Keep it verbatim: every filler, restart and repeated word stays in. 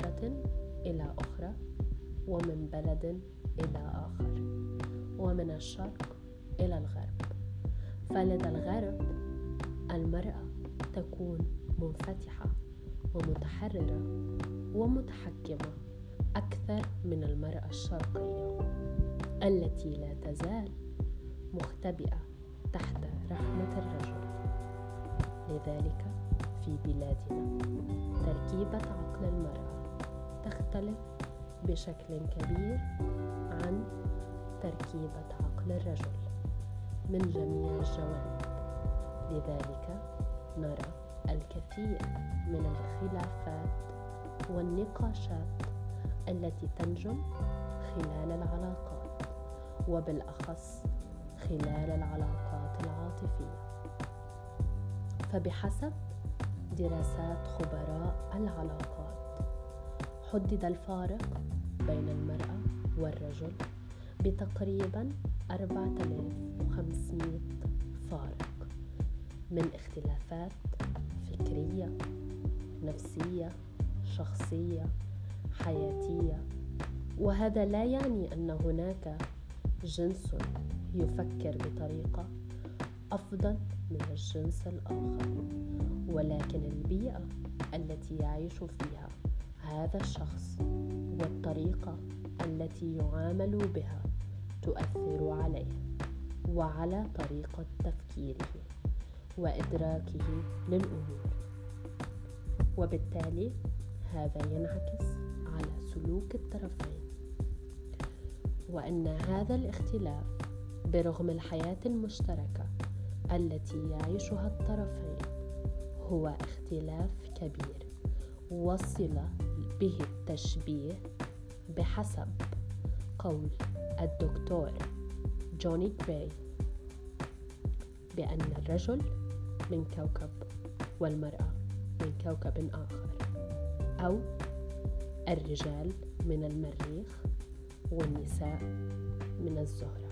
حضارة إلى أخرى، ومن بلد إلى آخر، ومن الشرق إلى الغرب. فلدى الغرب المرأة تكون منفتحة ومتحررة ومتحكمة أكثر من المرأة الشرقية التي لا تزال مختبئة تحت رحمة الرجل. لذلك في بلادنا تركيبة عقل المرأة تختلف بشكل كبير عن تركيبة عقل الرجل من جميع الجوانب. لذلك نرى الكثير من الخلافات والنقاشات التي تنجم خلال العلاقات، وبالأخص خلال العلاقات العاطفية. فبحسب دراسات خبراء العلاقات حدد الفارق بين المرأة والرجل بتقريبا أربعة آلاف وخمسمائة فارق من اختلافات فكرية، نفسية، شخصية، حياتية. وهذا لا يعني أن هناك جنس يفكر بطريقة أفضل من الجنس الآخر، ولكن البيئة التي يعيش فيها هذا الشخص والطريقة التي يعامل بها تؤثر عليه وعلى طريقة تفكيره وإدراكه للأمور، وبالتالي هذا ينعكس على سلوك الطرفين. وأن هذا الاختلاف برغم الحياة المشتركة التي يعيشها الطرفين هو اختلاف كبير وصل به التشبيه بحسب قول الدكتور جوني جراي بأن الرجل من كوكب والمرأة من كوكب آخر، أو الرجال من المريخ والنساء من الزهرة.